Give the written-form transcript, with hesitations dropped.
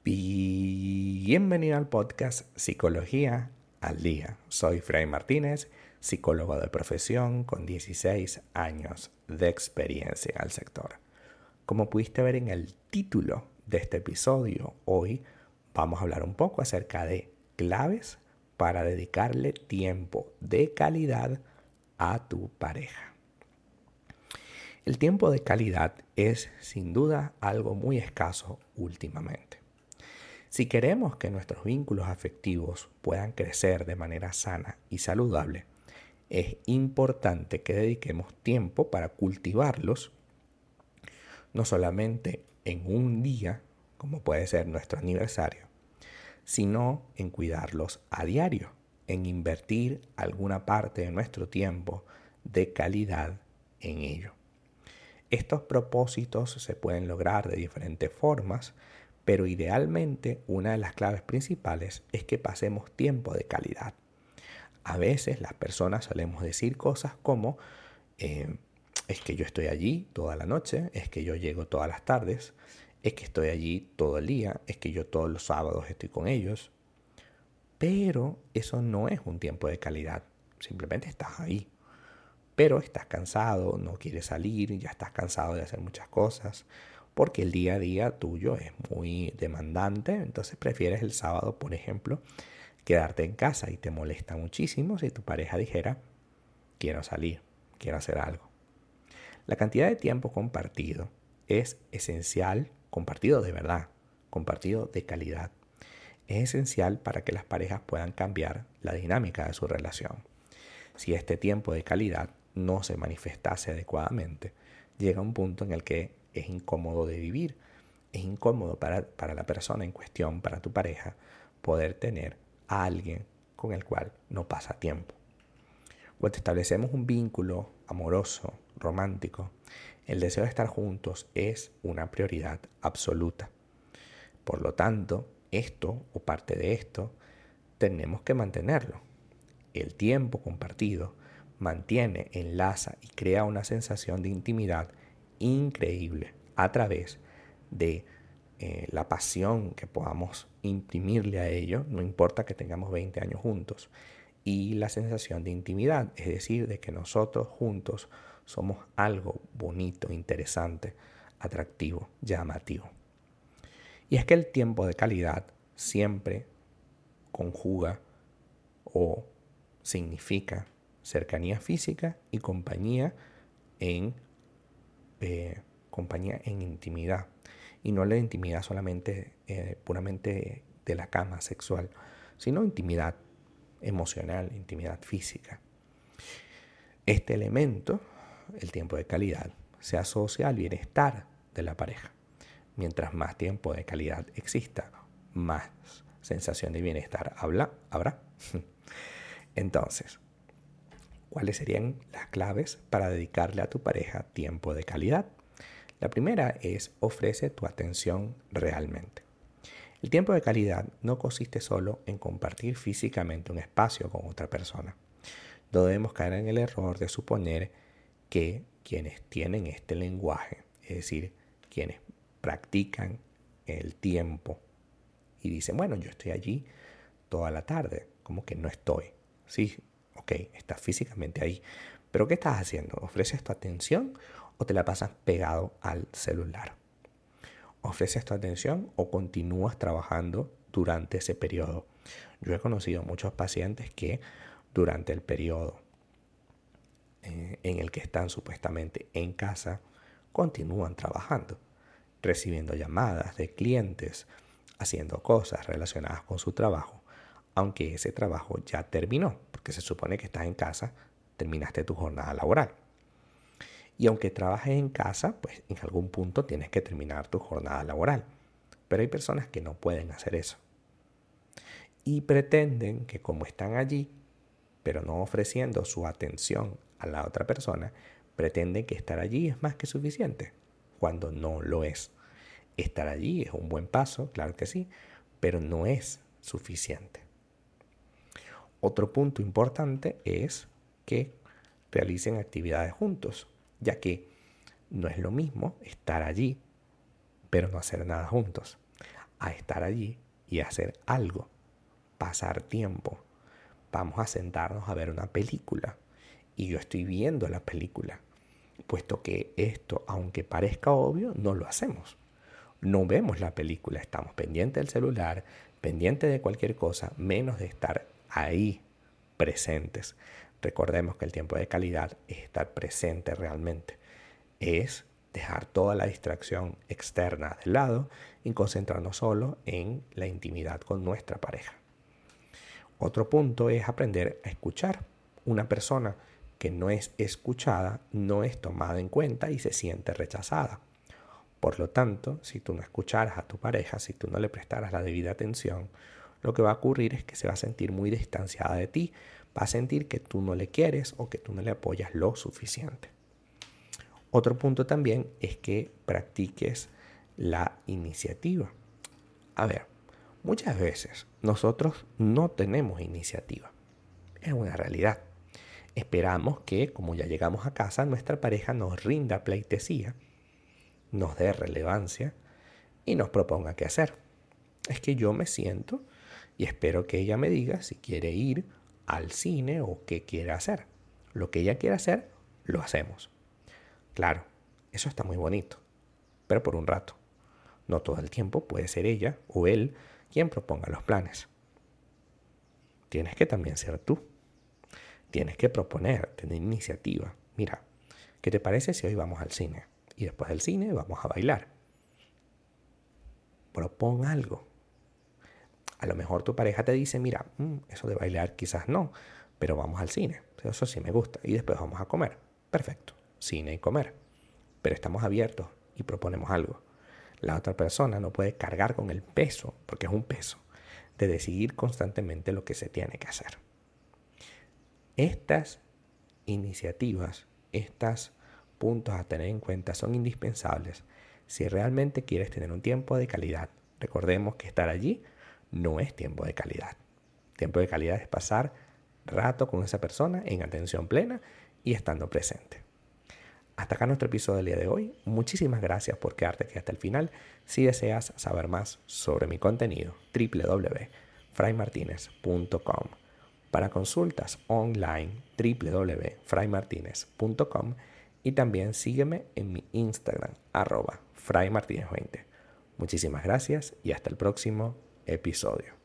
Bienvenido al podcast Psicología al Día. Soy Fray Martínez, psicólogo de profesión con 16 años de experiencia en el sector. Como pudiste ver en el título de este episodio, hoy vamos a hablar un poco acerca de claves para dedicarle tiempo de calidad a tu pareja. El tiempo de calidad es sin duda algo muy escaso últimamente. Si queremos que nuestros vínculos afectivos puedan crecer de manera sana y saludable, es importante que dediquemos tiempo para cultivarlos, no solamente en un día, como puede ser nuestro aniversario, sino en cuidarlos a diario, en invertir alguna parte de nuestro tiempo de calidad en ello. Estos propósitos se pueden lograr de diferentes formas, pero idealmente una de las claves principales es que pasemos tiempo de calidad. A veces las personas solemos decir cosas como es que yo estoy allí toda la noche, es que yo llego todas las tardes, es que estoy allí todo el día, es que yo todos los sábados estoy con ellos. Pero eso no es un tiempo de calidad, simplemente estás ahí. Pero estás cansado, no quieres salir, ya estás cansado de hacer muchas cosas, porque el día a día tuyo es muy demandante, entonces prefieres el sábado, por ejemplo, quedarte en casa y te molesta muchísimo si tu pareja dijera, quiero salir, quiero hacer algo. La cantidad de tiempo compartido es esencial, compartido de verdad, compartido de calidad. Es esencial para que las parejas puedan cambiar la dinámica de su relación. Si este tiempo de calidad no se manifestase adecuadamente, llega un punto en el que es incómodo de vivir. Es incómodo para la persona en cuestión, para tu pareja, poder tener a alguien con el cual no pasa tiempo. Cuando establecemos un vínculo amoroso, romántico, el deseo de estar juntos es una prioridad absoluta. Por lo tanto, esto o parte de esto tenemos que mantenerlo. El tiempo compartido mantiene, enlaza y crea una sensación de intimidad increíble a través de la pasión que podamos imprimirle a ello, no importa que tengamos 20 años juntos, y la sensación de intimidad, es decir, de que nosotros juntos somos algo bonito, interesante, atractivo, llamativo. Y es que el tiempo de calidad siempre conjuga o significa cercanía física y compañía en intimidad. Y no la intimidad solamente puramente de la cama sexual, sino intimidad emocional, intimidad física. Este elemento, el tiempo de calidad, se asocia al bienestar de la pareja. Mientras más tiempo de calidad exista, más sensación de bienestar habrá. Entonces, ¿cuáles serían las claves para dedicarle a tu pareja tiempo de calidad? La primera es ofrece tu atención realmente. El tiempo de calidad no consiste solo en compartir físicamente un espacio con otra persona. No debemos caer en el error de suponer que quienes tienen este lenguaje, es decir, quienes practican el tiempo y dicen, bueno, yo estoy allí toda la tarde, como que no estoy. Sí, ok, estás físicamente ahí, pero ¿qué estás haciendo? ¿Ofreces tu atención o te la pasas pegado al celular? ¿Ofreces tu atención o continúas trabajando durante ese periodo? Yo he conocido muchos pacientes que durante el periodo en el que están supuestamente en casa, continúan trabajando, recibiendo llamadas de clientes, haciendo cosas relacionadas con su trabajo, aunque ese trabajo ya terminó, porque se supone que estás en casa, terminaste tu jornada laboral. Y aunque trabajes en casa, pues en algún punto tienes que terminar tu jornada laboral. Pero hay personas que no pueden hacer eso. Y pretenden que como están allí, pero no ofreciendo su atención a la otra persona, pretenden que estar allí es más que suficiente, cuando no lo es. Estar allí es un buen paso, claro que sí, pero no es suficiente. Otro punto importante es que realicen actividades juntos, ya que no es lo mismo estar allí, pero no hacer nada juntos. a estar allí y hacer algo, pasar tiempo. Vamos a sentarnos a ver una película y yo estoy viendo la película, puesto que esto, aunque parezca obvio, no lo hacemos. No vemos la película, estamos pendientes del celular, pendientes de cualquier cosa, menos de estar ahí presentes. Recordemos que el tiempo de calidad es estar presente realmente. Es dejar toda la distracción externa de lado y concentrarnos solo en la intimidad con nuestra pareja. Otro punto es aprender a escuchar. Una persona que no es escuchada no es tomada en cuenta y se siente rechazada. Por lo tanto, si tú no escucharas a tu pareja, si tú no le prestaras la debida atención, lo que va a ocurrir es que se va a sentir muy distanciada de ti, va a sentir que tú no le quieres o que tú no le apoyas lo suficiente. Otro punto también es que practiques la iniciativa. A ver, muchas veces nosotros no tenemos iniciativa. Es una realidad. Esperamos que, como ya llegamos a casa, nuestra pareja nos rinda pleitesía, nos dé relevancia y nos proponga qué hacer. Es que yo me siento y espero que ella me diga si quiere ir al cine o qué quiere hacer. Lo que ella quiera hacer, lo hacemos. Claro, eso está muy bonito, pero por un rato. No todo el tiempo puede ser ella o él quien proponga los planes. Tienes que también ser tú. Tienes que proponer, tener iniciativa. Mira, ¿qué te parece si hoy vamos al cine? Y después del cine vamos a bailar. Propon algo. A lo mejor tu pareja te dice, mira, eso de bailar quizás no, pero vamos al cine. Eso sí me gusta. Y después vamos a comer. Perfecto. Cine y comer. Pero estamos abiertos y proponemos algo. La otra persona no puede cargar con el peso, porque es un peso, de decidir constantemente lo que se tiene que hacer. Estas iniciativas, estos puntos a tener en cuenta son indispensables si realmente quieres tener un tiempo de calidad. Recordemos que estar allí no es tiempo de calidad. Tiempo de calidad es pasar rato con esa persona en atención plena y estando presente. Hasta acá nuestro episodio del día de hoy. Muchísimas gracias por quedarte aquí hasta el final. Si deseas saber más sobre mi contenido, www.fraymartinez.com. Para consultas online, www.fraymartinez.com. Y también sígueme en mi Instagram, @fraymartinez20. Muchísimas gracias y hasta el próximo episodio.